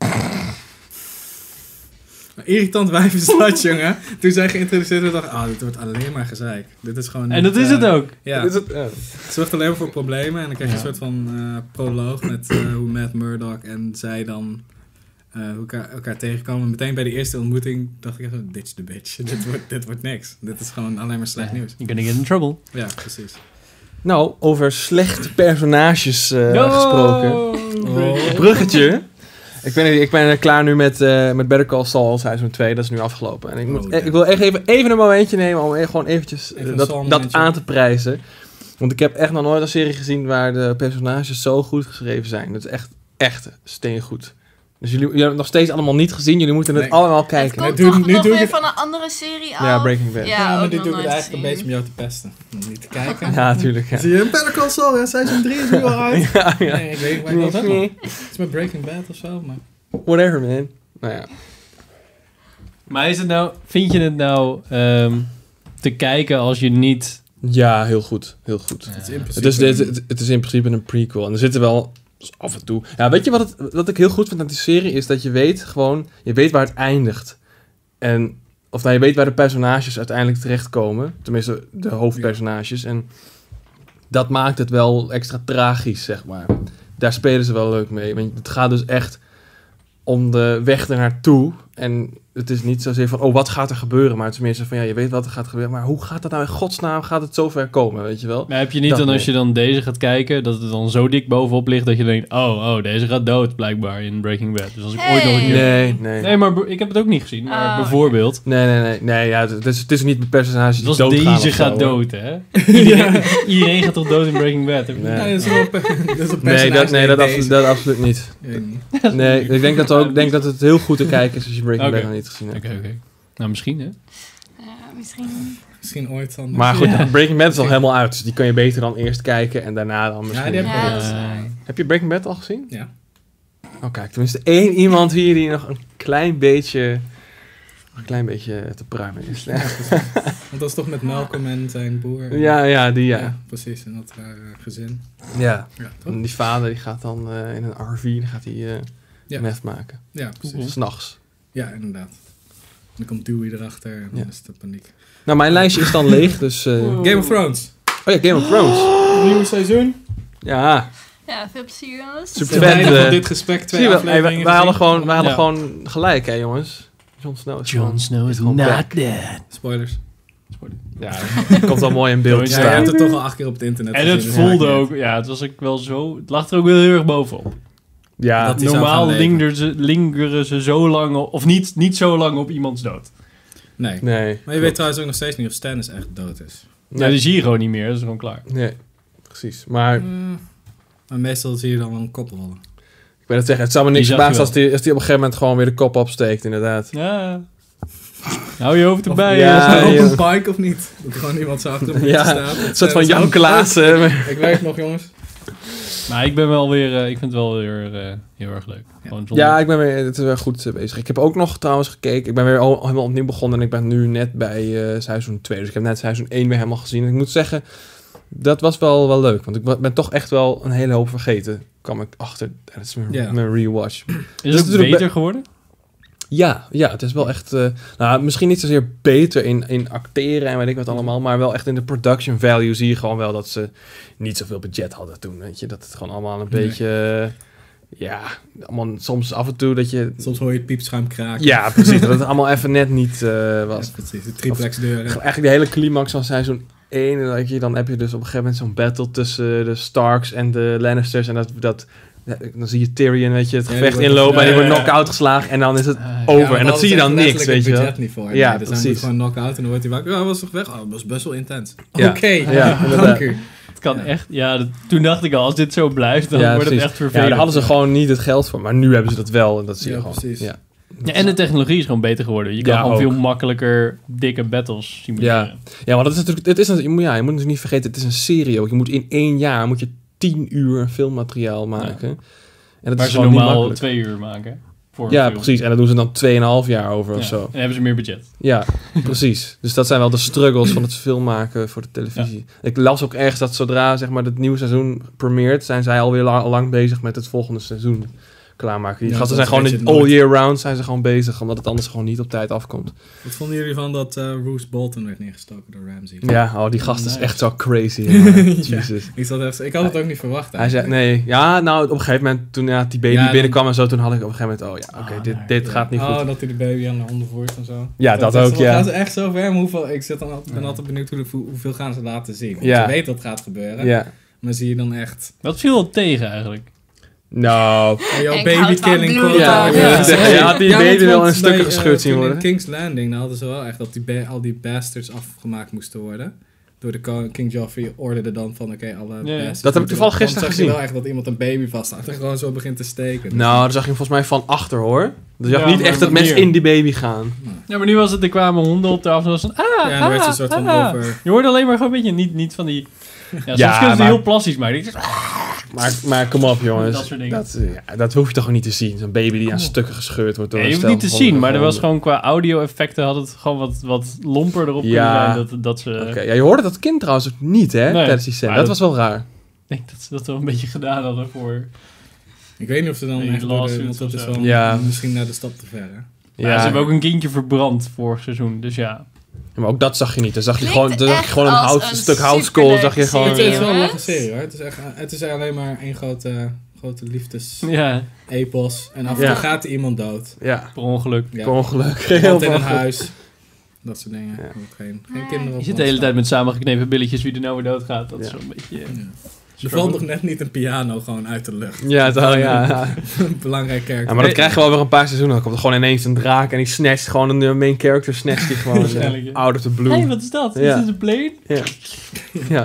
Een irritant wijf is dat, jongen. Toen zij geïntroduceerd werd, dacht ik, ah, dit wordt alleen maar gezeik. Dit is gewoon En niet, dat is eh, het ook. Ja, Is het, ja. het zorgt alleen maar voor problemen. En dan krijg je Ja. een soort van uh, proloog met uh, hoe Matt Murdock en zij dan uh, hoe elkaar, elkaar tegenkomen. Meteen bij de eerste ontmoeting dacht ik echt, ditch the bitch. dit, wordt, dit wordt niks. Dit is gewoon alleen maar slecht nieuws. You're gonna get in trouble. Ja, precies. Nou, over slechte personages eh, No! gesproken. Oh. Bruggetje. Ik ben, ik ben klaar nu met, uh, met Better Call Saul seizoen twee. Dat is nu afgelopen. En ik, moet, Oh, eh, ik wil echt even, even een momentje nemen om e- gewoon eventjes Even een dat, Saul dat momentje. aan te prijzen. Want ik heb echt nog nooit een serie gezien waar de personages zo goed geschreven zijn. Dat is echt, echt steengoed. Dus jullie, jullie hebben het nog steeds allemaal niet gezien. Jullie moeten het Nee. allemaal Het kijken. komt Nu doe- toch nu nog doe ik weer het- van een andere serie af? Ja, Breaking Bad. Ja, Ja, maar ook dit nog doe ik nooit eigenlijk een gezien. beetje om jou te pesten. Om niet te kijken. Ja, natuurlijk. Ja. Zie je, Better Call Saul, ja, seizoen drie is nu al uit. Ja, ja. Nee, ik weet niet waar ik dat heb. man. Het is met Breaking Bad of zo, maar... Whatever, man. Nou ja. Maar is het nou, vind je het nou ehm, te kijken als je niet... Ja, heel goed. Heel goed. Het is in Het principe... is, het, het, het is in principe een prequel. En er zitten wel af en toe... Ja, weet je wat, het, wat ik heel goed vind aan die serie? Is dat je weet gewoon... Je weet waar het eindigt. En... Of nou, je weet waar de personages uiteindelijk terechtkomen. Tenminste, de hoofdpersonages. En dat maakt het wel extra tragisch, zeg maar. Daar spelen ze wel leuk mee. Want het gaat dus echt om de weg ernaartoe. En het is niet zozeer van, oh, wat gaat er gebeuren? Maar het is meer zo van, ja, je weet wat er gaat gebeuren. Maar hoe gaat dat nou in godsnaam? Gaat het zover komen, weet je wel? Maar heb je niet Dat dan als nee. je dan deze gaat kijken, dat het dan zo dik bovenop ligt dat je denkt, oh, oh, deze gaat dood blijkbaar in Breaking Bad. Dus als ik ooit nog een keer... Nee, nee. Nee, maar be- ik heb het ook niet gezien. Maar Oh. bijvoorbeeld, Nee, nee, nee. nee ja, het, is, het is niet met personages die zoals doodgaan deze of zo, gaat hoor. dood, hè? Iedereen, iedereen gaat toch dood in Breaking Bad? Heb je- Nee. Nee, dat is wel dat is een Nee, dat, personage nee dat, deze. absoluut, dat absoluut niet. Ik weet niet. Nee, ik denk dat, ook, denk dat het heel goed te kijken is als je Breaking Oké. Bad nog niet gezien hebt. Oké, oké. Nou, misschien, hè? Ja, misschien... Misschien ooit dan. Maar goed, Ja. Breaking Bad is al helemaal uit. Dus die kan je beter dan eerst kijken en daarna dan misschien... die heb ik Ja, wel. dat is Eh, waar. Heb je Breaking Bad al gezien? Ja. Oh, kijk, tenminste één iemand hier die nog een klein beetje... Een klein beetje te pruimen is. Ja, Want dat is toch met Malcolm en zijn broer. ja, ja die ja. Ja, precies. En dat rare gezin. Ja. Ja, toch? En die vader die gaat dan eh, in een R V, dan gaat hij eh Ja. meth maken. Ja, precies. S'nachts. Ja, inderdaad. Dan komt Dewey erachter en dan Ja. is het paniek. Nou, mijn lijstje is dan leeg, dus... eh, Wow. Game of Thrones. Oh ja, Game of Thrones. Nieuwe seizoen. Ja, Ja, veel plezier, jongens. Super Het vet, einde eh. van dit gesprek zie twee je wel. Hey, wij, afleveringen wij hadden gezien. gewoon, wij hadden Ja. gewoon gelijk, hè jongens. Jon Snow is gewoon- Snow is gewoon crack. dead. Spoilers. Ja, dat komt wel mooi in beeld te Ja, Ja, je staan. hebt het toch al acht keer op het internet En gezien, het dus voelde maakt niet ook, ja, het was ook wel zo, het lag er ook wel heel erg bovenop. Ja, Dat- die zou Normaal gaan leven. lingeren ze, lingeren ze zo lang, op, of niet, niet zo lang op iemands dood. uit. Nee. nee. Maar je weet trouwens ook nog steeds niet of Stannis echt dood is. Ja, die zie je gewoon niet meer, dat is gewoon klaar. Nee, precies. Maar Mm. Maar meestal zie je dan wel een kop rollen. ik wil het zeggen, het zou me niks Die zag je verbazen als die, als die op een gegeven moment gewoon weer de kop opsteekt, inderdaad. Ja. Hou je hoofd erbij. ja, ja. Op ja. een bike of niet? Dat er gewoon iemand zo achter hem Ja, staat. Een soort van Jan Klaassen. Ik werk nog, jongens. Maar ik ben wel weer, eh, ik vind het wel weer eh, heel erg leuk. Gewoon zonder- Ja, ik ben weer, het is wel goed eh, bezig. Ik heb ook nog trouwens gekeken. Ik ben weer al, helemaal opnieuw begonnen en ik ben nu net bij eh, seizoen twee. Dus ik heb net seizoen één weer helemaal gezien. En ik moet zeggen, dat was wel, wel leuk. Want ik ben toch echt wel een hele hoop vergeten. Kwam ik achter. Dat is mijn, Ja. mijn rewatch. Is dat het is natuurlijk beter geworden? Ja, ja, het is wel echt... eh, nou, misschien niet zozeer beter in, in acteren en weet ik wat allemaal. Maar wel echt in de production value zie je gewoon wel dat ze niet zoveel budget hadden toen. Weet je, dat het gewoon allemaal een Nee. beetje... eh, ja, allemaal soms af en toe dat je... Soms hoor je het piepschuim kraken. Ja, precies. Dat het allemaal even net niet eh, was. Ja, precies. De triplex deuren. Eigenlijk de hele climax van seizoen één. En dat je, dan heb je dus op een gegeven moment zo'n battle tussen de Starks en de Lannisters. En dat, dat, dan zie je Tyrion, weet je, het Ja, gevecht die wordt- inlopen en die ja, wordt ja, ja. knock-out geslagen. En dan is het Ah, over. Ja, maar en dat zie je dan niks, weet je wel. budget niet voor. Ja, nee, dus hij precies. moet gewoon knock-out en dan wordt hij wakker. Ja, hij was toch weg? Oh, dat was best wel intens. Ja. Oké, Ja, dank inderdaad. u. Het kan echt, ja, dat- toen dacht ik al, als dit zo blijft, dan Ja, wordt het precies. echt vervelend. Ja, daar hadden ze gewoon niet het geld voor. Maar nu hebben ze dat wel. En dat zie je Ja, gewoon. precies. Ja. Ja, en de technologie is gewoon beter geworden. Je kan Ja, gewoon ook. veel makkelijker dikke battles simuleren. Ja. Ja, maar dat is natuurlijk... Het is, een- je moet- ja, je moet dus niet vergeten, het is een serie ook. Je moet in één jaar moet je tien uur filmmateriaal maken. En dat Waar is ze gewoon niet normaal makkelijk. twee uur maken. Voor een Ja, film. precies. En dat doen ze dan tweeënhalf jaar over of Ja. zo. En hebben ze meer budget. Ja, precies. Dus dat zijn wel de struggles van het film maken voor de televisie. Ik las ook ergens dat zodra zeg maar, het nieuwe seizoen premieert, zijn zij alweer la- al lang bezig met het volgende seizoen klaarmaken. Die Ja, gasten dat zijn gewoon weet je all nooit. year round zijn ze gewoon bezig, omdat het anders gewoon niet op tijd afkomt. Wat vonden jullie van dat uh, Bruce Bolton werd neergestoken door Ramsey? Ja, oh, die gast is Nice. echt zo crazy. jongen. Ja. Jezus. Ik, zat even, ik had het ook niet verwacht. Hij zei, nee, ja, nou, op een gegeven moment, toen ja, die baby Ja, dan- binnenkwam en zo, toen had ik op een gegeven moment, oh ja, oké, Ah, dit, nee. dit Ja. gaat niet Oh, goed. dat hij de baby aan de handen voert en zo. Ja, dat is ook, wel- ja. Gaan ze echt zo ver? Maar hoeveel, ik zit dan altijd, ben altijd benieuwd hoe, hoe- hoeveel gaan ze laten zien. Want Ja. je weet dat het gaat gebeuren. Ja. Maar zie je dan echt... Dat viel wel tegen eigenlijk. Nou, Oh, jouw Ik baby houd van killing bloed. quota. Ja, ik Ja. wilde zeggen, je had die Ja, baby want- wel want in stukken bij, gescheurd eh, zien toen worden. In King's Landing dan hadden ze wel echt dat die ba- al die bastards afgemaakt moesten worden. Door de ko- King Joffrey orderde dan van oké, alle Ja, ja. bastards... Dat heb ik toevallig Dan gisteren zag gezien. je wel echt dat iemand een baby vasthoudt en gewoon zo begint te steken. Nou, dan zag je hem volgens mij van achter, hoor. Dus je Ja, zag niet maar echt dat wat mensen meer. in die baby gaan. Ja, maar nu was het, er kwamen honden op tafel. En was een, ah, Ja, en dan werd ze een ah, soort van ah. over... Je hoorde alleen maar gewoon een beetje, niet, niet van die... Ja, soms Ja, kunnen ze maar- heel plastisch maken. Ik zeg, Maar, maar kom op, jongens. Dat soort dingen. Dat, eh, ja, dat hoef je toch niet te zien. Zo'n baby die aan op. stukken gescheurd wordt door Nee, je een hoeft niet te stel zien, van- maar er van- was gewoon qua audio-effecten had het gewoon wat, wat lomper erop Ja. kunnen zijn. Dat, dat ze... Oké, ja, je hoorde dat kind trouwens ook niet, hè, Nee. tijdens die scène. Maar Dat dat- was wel raar. Ik denk dat ze dat wel een beetje gedaan hadden voor... Ik weet niet of ze dan Nee, echt door de, lawsuits want dat of is zo. wel Ja. misschien naar de stap te ver, hè? Ja, Ja, ze hebben ook een kindje verbrand vorig seizoen, dus ja. maar ook dat zag je niet. Dan zag je Klinkt gewoon, dan zag je echt gewoon een, als hout, een een stuk houtskool. superleuke Zag je gewoon... Het is wel een jongens. leuke serie, hoor. Het is, echt, het is alleen maar één grote, grote liefdes-epos. Ja, En af en Ja. toe gaat er iemand dood. Ja, per ongeluk. Ja. per ongeluk. Heel Heel in een veel. huis. Dat soort dingen. Ja. Ook geen, geen Nee. kinderen op Je zit de hele ons tijd met samengeknepen billetjes wie er nou weer doodgaat. Dat is Ja. zo'n beetje... staan. Ja. Er valt nog net niet een piano gewoon uit de lucht. Ja, het, ja, ja. Belangrijk kerk. Ja, maar dat krijgen we wel weer een paar seizoenen. Dan komt er gewoon ineens een draak en die snatcht gewoon een uh, main character snatcht die gewoon Waarschijnlijk, uh, ja. out of the blue. Hé, hey, wat is dat? Ja. Is dit een plane? Ja. Ja.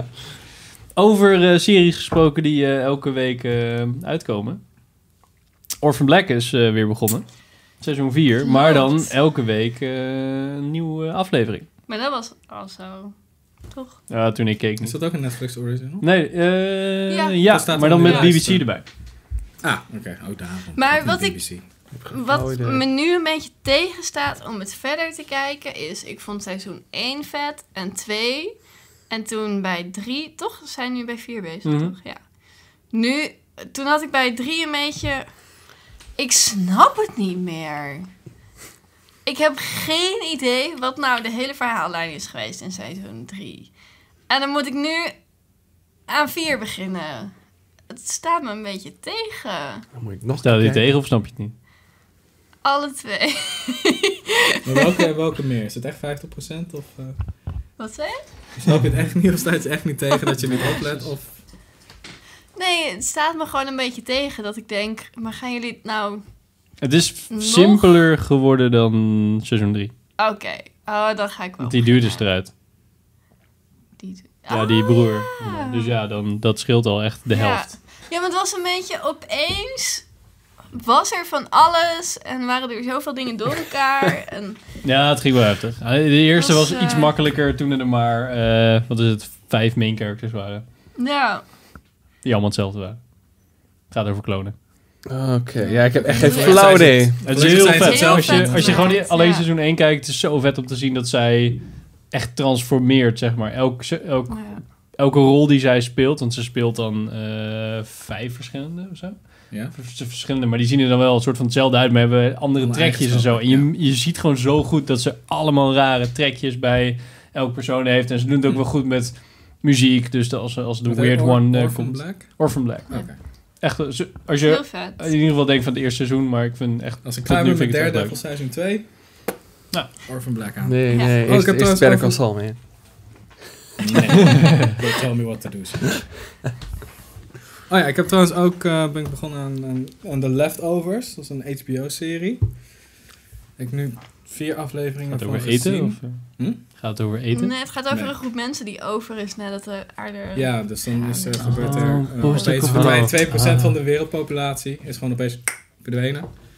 Over uh, series gesproken die uh, elke week uh, uitkomen. Orphan Black is uh, weer begonnen. Seizoen vier. Maar dan elke week uh, een nieuwe aflevering. Maar dat was al zo, toch? Ja, toen ik keek. Is dat ook een Netflix original? Nee, uh, Ja. ja, Dat staat maar dan dan in met de B B C lijst. erbij. Ah, oké. Okay. Oh, daarom. Maar Ook wat niet ik- B B C. Wat Oh, idee. me nu een beetje tegenstaat om het verder te kijken is... Ik vond seizoen één vet en twee. En toen bij drie... Toch? We zijn nu bij vier bezig, Mhm. toch? Ja. Nu... Toen had ik bij drie een beetje... Ik snap het niet meer. Ik heb geen idee wat nou de hele verhaallijn is geweest in seizoen drie. En dan moet ik nu aan vier beginnen. Het staat me een beetje tegen. Dan moet ik nog Stel je kijken. tegen of snap je het niet? Alle twee. Maar welke, welke meer? Is het echt vijftig procent? Of uh, Wat zei je? snap je het echt niet? Of sta je het echt niet tegen dat je niet oplet? Of... Nee, het staat me gewoon een beetje tegen dat ik denk... Maar gaan jullie het nou... Het is Nog? simpeler geworden dan seizoen drie. Oké. Oh, dan ga ik wel. Want die duurt dus beginnen. eruit. Die... Ja, die Ah. broer. Dus ja, dan, dat scheelt al echt de Ja. helft. Ja, maar het was een beetje opeens... Was er van alles en waren er zoveel dingen door elkaar. En Ja, het ging wel heftig. De eerste was, Was, eh, iets makkelijker toen er maar, eh, wat is het, vijf main characters waren. ja, Die allemaal hetzelfde waren. Het gaat over klonen. Oké, ja, ik heb echt geen Ja. flauw idee. Het is Gelukkig heel zijn ze vet. het zelf Als je, vet als je gewoon die, gemaakt, alleen ja. seizoen één kijkt, het is zo vet om te zien dat zij echt transformeert, zeg maar. Elk, elk, ja. elke rol die zij speelt, want ze speelt dan eh, vijf verschillende of zo. Ja? Vers- Verschillende, maar die zien er dan wel een soort van hetzelfde uit, maar hebben andere Allemaal trekjes en zo. En eigenschappen, je, je ziet gewoon zo goed dat ze allemaal rare trekjes bij elk persoon heeft. En ze doen het ook wel goed met muziek, dus de- als, als de Wat Weird heet Or- One eh, Orphan komt. Black? Orphan Black. Oké. Echt, eh, ze- als je Heel vet. in ieder geval denkt van het eerste seizoen, maar ik vind echt... Als ik tot klaar nu ben met vind ik het echt derde leuk. van seizoen twee... Ja. Orphan Black aan. Nee, Ja. nee. Oh, ik Eerst, heb eerst trouwens Better over- Call Saul, man. Nee. Don't tell me what to do. Oh ja, ik heb trouwens ook uh, ben ik begonnen aan, aan, aan The Leftovers. Dat is een H B O-serie. Ik heb nu vier afleveringen Gaat het van over eten? gezien. Of, eh, Hm? Gaat het over eten? Nee, het gaat over Nee. een groep mensen die over is nadat de aarde... Ja, dus dan is er, Ja, gebeurt Oh, er uh, post-apocalypse. opeens verdwijnt twee procent Ah. van de wereldpopulatie is gewoon opeens verdwenen.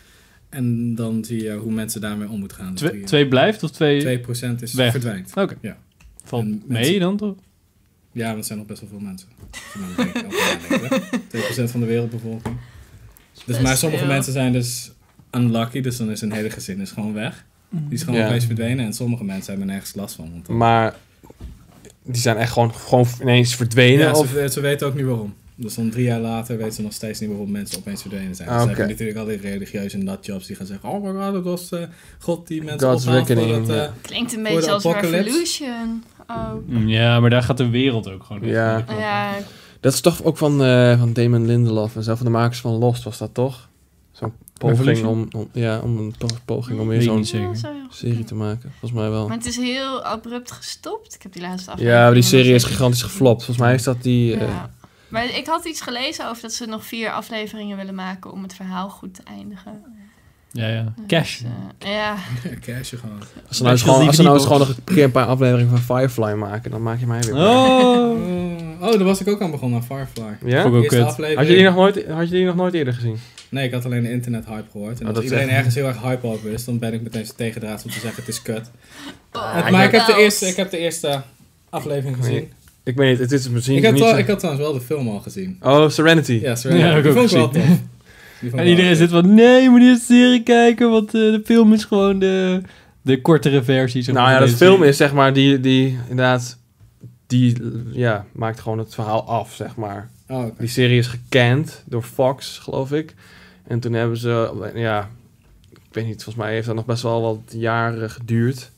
En dan zie je hoe mensen daarmee om moeten gaan. Dus Twee, die, twee blijft of twee... twee procent is weg. verdwijnt. Oké. Ja. Valt En mee mensen- dan toch? Ja, want er zijn nog best wel veel mensen. Als je nou denkt, over nadenkt, twee procent van de wereldbevolking. Dus, Best maar sommige veel. mensen zijn dus unlucky, dus dan is een hele gezin is gewoon weg. Die is gewoon Ja. opeens verdwenen en sommige mensen hebben er nergens last van. Want dan- Maar die zijn echt gewoon, gewoon ineens verdwenen. ja, of... ze, ze weten ook niet waarom. Dus dan drie jaar later weten ze nog steeds niet waarom mensen opeens verdwenen zijn. Ah, Dus ze oké. hebben natuurlijk al die religieuze nutjobs die gaan zeggen... Oh my god, het was eh, God die mensen God's ophaalt voor reckoning, het... eh, ja. Klinkt een Voor de beetje als apocalypse. Revolution. Oh. Mm, Ja, maar daar gaat de wereld ook gewoon. Ja. echt. Ja, Dat is toch ook van, eh, van Damon Lindelof en zo, van de makers van Lost was dat toch? Zo'n poging Revolution? om, om, ja, om een po- poging om Weet weer ik zo'n niet zeker. Ja, zou heel goed serie te kunnen. maken. Volgens mij wel. Maar het is heel abrupt gestopt. Ik heb die laatste aflevering. Ja, maar die nog serie is niet gigantisch geflopt. Volgens mij is dat die... eh, Ja. Maar ik had iets gelezen over dat ze nog vier afleveringen willen maken om het verhaal goed te eindigen. Ja, ja. Dus, Cash. eh, ja. Cash gewoon. Als ze nou eens Weet je gewoon, wel, als die ze nou eens die gewoon nog een keer een paar afleveringen van Firefly maken, dan maak je mij weer blij. Oh. Oh, daar was ik ook aan begonnen, aan Firefly. Ja? Vond ik ook Eerste kut. aflevering. Had je, die nog nooit, had je die nog nooit eerder gezien? Nee, ik had alleen de internet hype gehoord. En Oh, als dat is iedereen echt- ergens heel erg hype over is, dan ben ik meteen zo tegendraads om te zeggen het is kut. Oh, Het- ik maar ik heb, de wel. eerste, ik heb de eerste aflevering gezien. Nee. Ik weet niet, het is misschien Ik had, niet wel, zo- ik had trouwens wel de film al gezien. Oh, Serenity. Ja, sorry. Ja, heb ik die ook vond ik wel gezien. tof. Die vond ik En wel iedereen tof. zit van, nee, je moet eerst de serie kijken, want eh, de film is gewoon de, de kortere versie. zeg Nou maar, ja, van dat deze film serie. is zeg maar, die, die inderdaad, die ja, maakt gewoon het verhaal af, zeg maar. Oh, oké. Die serie is gecand door Fox, geloof ik. En toen hebben ze, ja, ik weet niet, volgens mij heeft dat nog best wel wat jaren geduurd.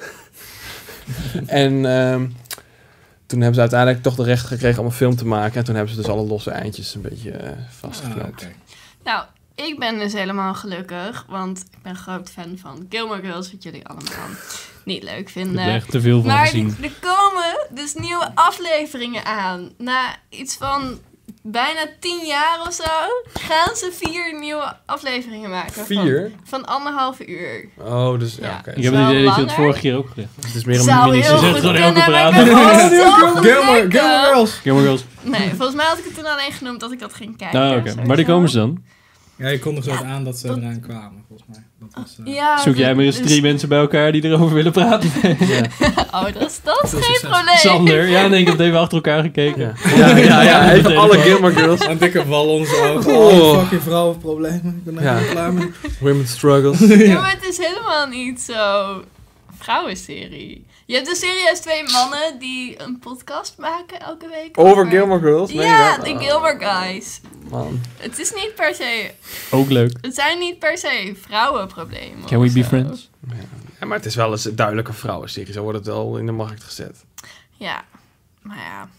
en ehm, toen hebben ze uiteindelijk toch de recht gekregen om een film te maken. En toen hebben ze dus alle losse eindjes een beetje eh, Ah, vastgeknoopt. oké. Nou, ik ben dus helemaal gelukkig, want ik ben groot fan van Gilmore Girls, wat jullie allemaal niet leuk Ik heb vinden. er echt te veel van Maar gezien. er komen dus nieuwe afleveringen aan. Na iets van bijna tien jaar of zo gaan ze vier nieuwe afleveringen maken. Van, Vier? van anderhalve uur. Oh, dus ja, Ja. oké. Ik heb Wel het idee dat je het langer. vorige keer ook gezegd hebt. Het is meer een Zou mini heel Je zegt goed gewoon kunnen, elke maar ik praat. ben gewoon zo Gilmore, gedenken. Gilmore Girls. Gilmore Girls. Nee, volgens mij had ik het toen alleen genoemd dat ik dat ging kijken. Nou, oké. sowieso. Maar die komen ze dan. Ja, je kondigde zo aan dat ze dat- eraan kwamen, volgens mij. Dat was, eh, Ja, Zoek jij maar eens dus- drie mensen bij elkaar die erover willen praten. Ja. Oh, dat is, dat is Veel geen succes. probleem. Sander. Ja, nee, ik heb het even achter elkaar gekeken. Ja. Ja, ja, ja, even alle Gilmore Girls. Een dikke val onze ogen. Oh. Oh, fucking vrouwenproblemen. Ik ben er Ja. helemaal klaar mee. Women's Struggles. Ja, maar het is helemaal niet zo vrouwenserie. Je hebt dus serieus twee mannen die een podcast maken elke week. Over Gilmore Girls? Meen je Ja, dat? de Oh, Gilmore Guys. man. Het is niet per se... Ook leuk. Het zijn niet per se vrouwenproblemen. Can we of be zo. friends? Ja, maar het is wel eens een duidelijke vrouwenserie. Zo wordt het wel in de markt gezet. Ja, maar ja.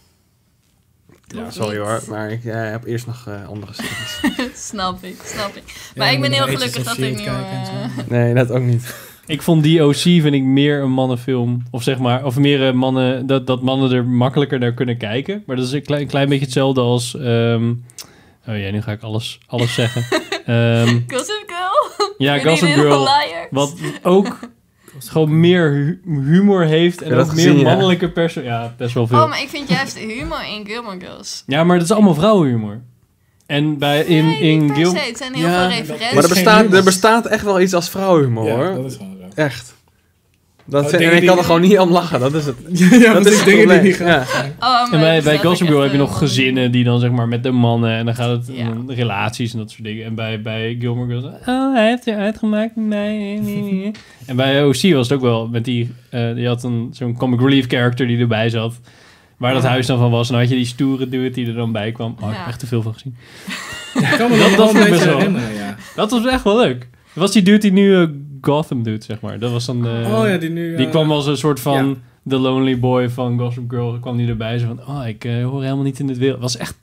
Ja, Hoeft sorry niet. hoor. Maar ik eh, heb eerst nog eh, andere series. Snap ik, snap ik. Ja, Maar ik je ben moet heel nog gelukkig Agents dat of ik Shield nu... kijken en zo. eh, Nee, dat ook niet. Ik vond die O C vind ik meer een mannenfilm. Of zeg maar, of meer eh, mannen, dat, dat mannen er makkelijker naar kunnen kijken. Maar dat is een klein, klein beetje hetzelfde als... ehm, oh ja, nu ga ik alles, alles zeggen. Ehm, Gossip Girl? ja, Pretty Gossip Little Girl. Liars. Wat ook gewoon meer hu- humor heeft. En Heb je ook dat meer gezien, ja? mannelijke perso... Ja, best wel veel. Oh, maar ik vind juist de humor in Gilmore Girls... Ja, maar dat is allemaal vrouwenhumor. En bij, in, nee, in niet per Gil... se. Het zijn heel Ja, veel dat- referenties. Maar er is geen bestaat, humor. er bestaat echt wel iets als vrouwenhumor, Ja, hoor. dat is gewoon zo. Echt. Dat Oh, vind- dingen en ik die- kan er gewoon niet om lachen. Dat is het. Ja, dat dat is is het dingen die probleem. niet gaan. Ja. Oh, maar En bij, dat bij snap Gossip ik Girl echt heb je nog helemaal gezinnen die dan zeg maar met de mannen en dan gaat het Ja. om relaties en dat soort dingen. En bij, bij Gilmore Girls, oh hij heeft je uitgemaakt met mij. En bij O C was het ook wel met die, uh, die had een zo'n comic relief character die erbij zat. Waar dat Ja. huis dan van was. En dan had je die stoere dude die er dan bij kwam. Oh, ik heb Ja. echt te veel van gezien. Ik kan me Dat- dat, dat wel vond een ik best beetje wel. herinneren, ja. Dat was echt wel leuk. Dat was die dude die nu uh, Gotham doet, zeg maar. Dat was dan de, Oh ja, die nu... die eh, kwam als een soort van ja. de lonely boy van Gossip Girl. Kwam die erbij. Zo van, oh, ik uh, hoor helemaal niet in dit wereld. Was echt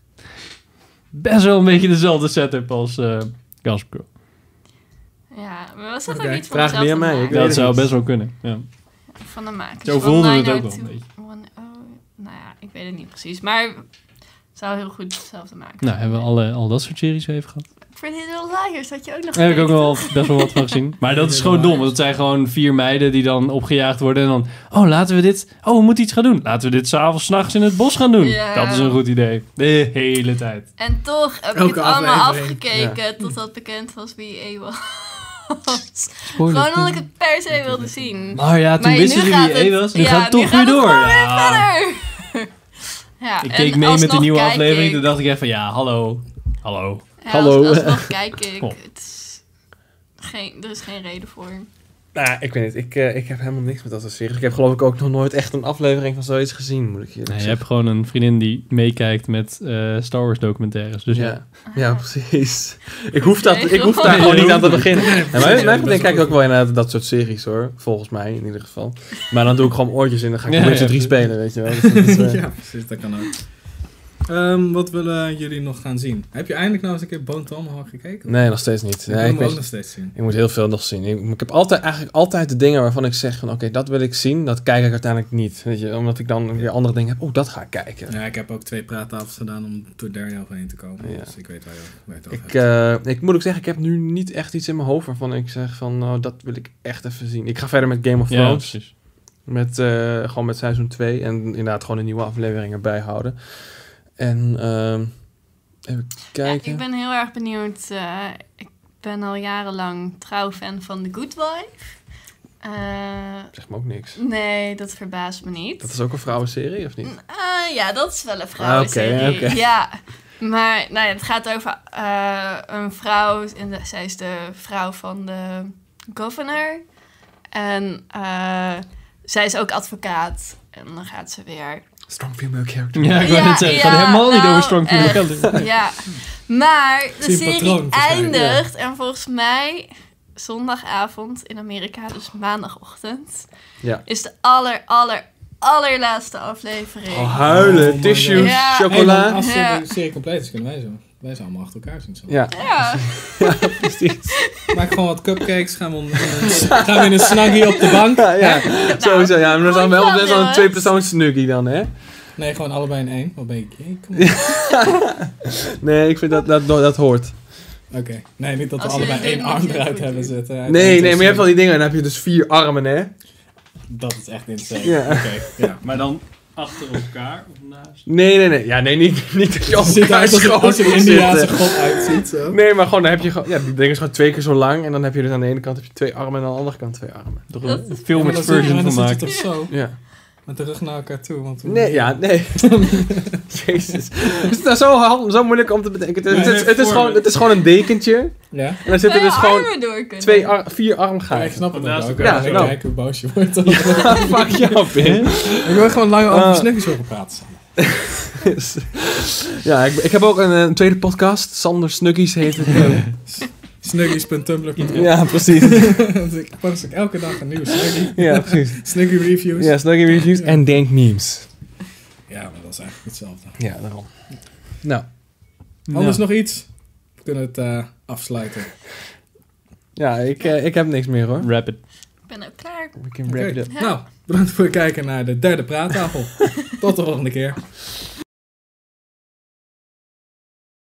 best wel een beetje dezelfde setup als uh, Gossip Girl. Ja, maar was dat Oké, ook niet van vraag dezelfde meer mij, ik maker? weet Dat het zou niet. best wel kunnen, ja. Van de makers. Zo van voelde het ook wel negen een oh beetje. two one oh. Nou ja, ik weet het niet precies. Maar het zou heel goed hetzelfde maken. Nou, hebben we alle, al dat soort series even gehad. Pretty Little Liars had je ook nog Daar heb ik ook gekeken, wel toch? best wel wat van gezien. Maar dat is gewoon dom, want het zijn gewoon vier meiden die dan opgejaagd worden. En dan, oh, laten we dit... Oh, we moeten iets gaan doen. Laten we dit s'avonds, 's nachts in het bos gaan doen. Ja. Dat is een goed idee. De hele tijd. En toch heb ik Elke het allemaal aflevering. afgekeken totdat bekend was wie E was. Spoiler. Gewoon omdat ik het per se wilde zien. Maar ja, toen Maar wisten nu ze gaat wie E het- was. Nu ja, gaat het nu toch gaat weer het door. gewoon weer Ja. verder. Ja, Ik en keek mee met de alsnog nieuwe kijk aflevering. ik- Toen dacht ik even van ja, hallo. Hallo. Ja, Hallo. Als, alsnog kijk ik. Oh. Het is geen, er is geen reden voor. Nou, ik weet niet. Ik, uh, ik heb helemaal niks met dat soort series. Ik heb geloof ik ook nog nooit echt een aflevering van zoiets gezien, moet ik je Nee, je zeggen. hebt gewoon een vriendin die meekijkt met uh, Star Wars documentaires. Dus ja. Ja, ja precies. Ik hoef, dat, ik hoef daar Nee, gewoon je niet aan te hoeft beginnen. Nee, En precies. mijn Ja, mijn dat vriendin is kijkt wel ook wel inderdaad dat soort series hoor. Volgens mij in ieder geval. Maar dan doe ik gewoon oortjes in en dan ga ik Ja, de Witcher ja, drie precies. spelen, weet je wel. Dus dat is, uh, Ja, precies, dat kan ook. Um, wat willen jullie nog gaan zien? Heb je eindelijk nou eens een keer Bone Tomahawk gekeken? Nee, nog steeds niet. Ik Nee, wil ik, hem ook weet- nog steeds zien. ik moet heel veel nog zien. Ik, ik heb altijd, eigenlijk altijd de dingen waarvan ik zeg van oké, dat wil ik zien. Dat kijk ik uiteindelijk niet. Weet je, omdat ik dan weer andere dingen heb. Oh, dat ga ik kijken. Ja, ik heb ook twee praattafels gedaan om door Daryl heen te komen. Ja. Dus ik weet waar je waar je het over Ik, hebt. uh, ik moet ook zeggen, ik heb nu niet echt iets in mijn hoofd waarvan ik zeg van nou, dat wil ik echt even zien. Ik ga verder met Game of Ja, Thrones. precies. Met, uh, gewoon met seizoen twee. En inderdaad gewoon de nieuwe afleveringen bijhouden. En ehm even Ja, kijken. ik ben heel erg benieuwd. Uh, ik ben al jarenlang trouw fan van The Good Wife. Uh, Zeg me ook niks. nee, dat verbaast me niet. Dat is ook een vrouwenserie, of niet? Uh, ja, dat is wel een vrouwenserie. Ah, oké, oké. Ja, maar nou ja, het gaat over uh, een vrouw. En de, zij is de vrouw van de governor. En uh, zij is ook advocaat. En dan gaat ze weer... Strong female character. Ja, ik wou Ja, net zeggen. Het ja, gaat helemaal niet nou, over Strong Female echt. Character. Ja, maar de Zie een serie patroon waarschijnlijk, eindigt en volgens mij zondagavond in Amerika, dus maandagochtend, Ja. is de aller, aller, allerlaatste aflevering. Oh, huilen, Oh my tissues, God. Ja. Hey, chocola. maar als Ja. de serie compleet is, kunnen wij zo. Wij zijn allemaal achter elkaar zien. Zo. Ja, Ja, precies. Maak gewoon wat cupcakes, gaan we, onder, gaan we in een snuggie op de bank. Ja, ja. Sowieso, ja. Maar dat is dan wel Goed best wel een plan, twee-persoons snuggie dan, hè? Nee, gewoon allebei in één. Wat ben ik? Hey, kom op. Nee, ik vind dat dat, dat hoort. Oké. Nee, niet dat we Als je allebei het één doet, arm moet je het eruit goed hebben doen. zitten. Uit Nee, één nee, maar je hebt tussen. wel die dingen en dan heb je dus vier armen, hè? Dat is echt insane. Ja. Oké, ja. Maar dan achter elkaar of naast? Nee, nee, nee. Ja, nee, niet, niet dat je op Het ziet elkaar eruit als een, als een schoot Indiaanse zitten. god uitziet. Zo. Nee, maar gewoon, dan heb je gewoon... Ja, die ding is gewoon twee keer zo lang. En dan heb je dus aan de ene kant heb je twee armen en aan de andere kant twee armen. Toch Dat- een film maar dan zit je- version dan van zit je maken. toch zo Ja. met de rug naar elkaar toe. Want hoe- Nee, ja, nee. Jezus. Het is nou zo, hand- zo moeilijk om te bedenken. Het, is- Nee, het, is- het, is voor- gewoon, het is gewoon een dekentje. Ja? En daar zitten Twee dus gewoon armen door kunnen. twee ar vier Ja, ik armgaten. snap het Naast ook. elkaar. Ja, Ja, ik nou. kijk hoe boos je wordt. Fuck jou, Pim. Ik wil gewoon langer over Ah. snuggies horen praten. Ja, ik, ik heb ook een, een tweede podcast. Sander Snuggies heet het. Snuggies punt tumblr punt com. Ja, precies. Ik post ook elke dag een nieuwe snuggie. Ja, precies. Snuggie reviews. Ja, Snuggie reviews en denk memes. Ja, maar dat is eigenlijk hetzelfde. Ja, daarom. Nou, Anders nog iets? We kunnen het eh, afsluiten. ja, ik, eh, ik heb niks meer hoor. Rapid. Ik ben ook klaar. We can Oké. wrap it up. Ja. Nou, bedankt voor het kijken naar de derde praattafel. Tot de volgende keer.